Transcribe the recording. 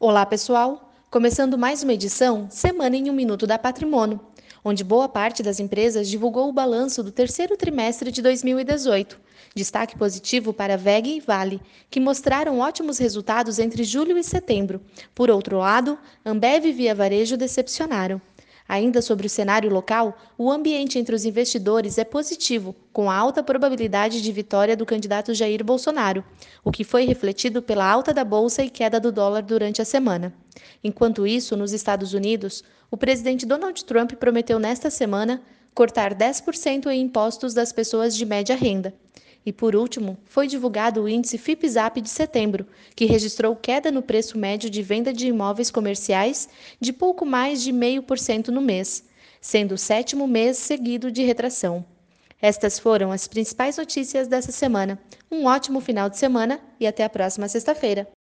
Olá, pessoal! Começando mais uma edição Semana em um Minuto da Patrimônio, onde boa parte das empresas divulgou o balanço do terceiro trimestre de 2018. Destaque positivo para WEG e Vale, que mostraram ótimos resultados entre julho e setembro. Por outro lado, Ambev e Via Varejo decepcionaram. Ainda sobre o cenário local, o ambiente entre os investidores é positivo, com a alta probabilidade de vitória do candidato Jair Bolsonaro, o que foi refletido pela alta da bolsa e queda do dólar durante a semana. Enquanto isso, nos Estados Unidos, o presidente Donald Trump prometeu nesta semana cortar 10% em impostos das pessoas de média renda. E, por último, foi divulgado o índice FIPE-ZAP de setembro, que registrou queda no preço médio de venda de imóveis comerciais de pouco mais de 0,5% no mês, sendo o sétimo mês seguido de retração. Estas foram as principais notícias dessa semana. Um ótimo final de semana e até a próxima sexta-feira.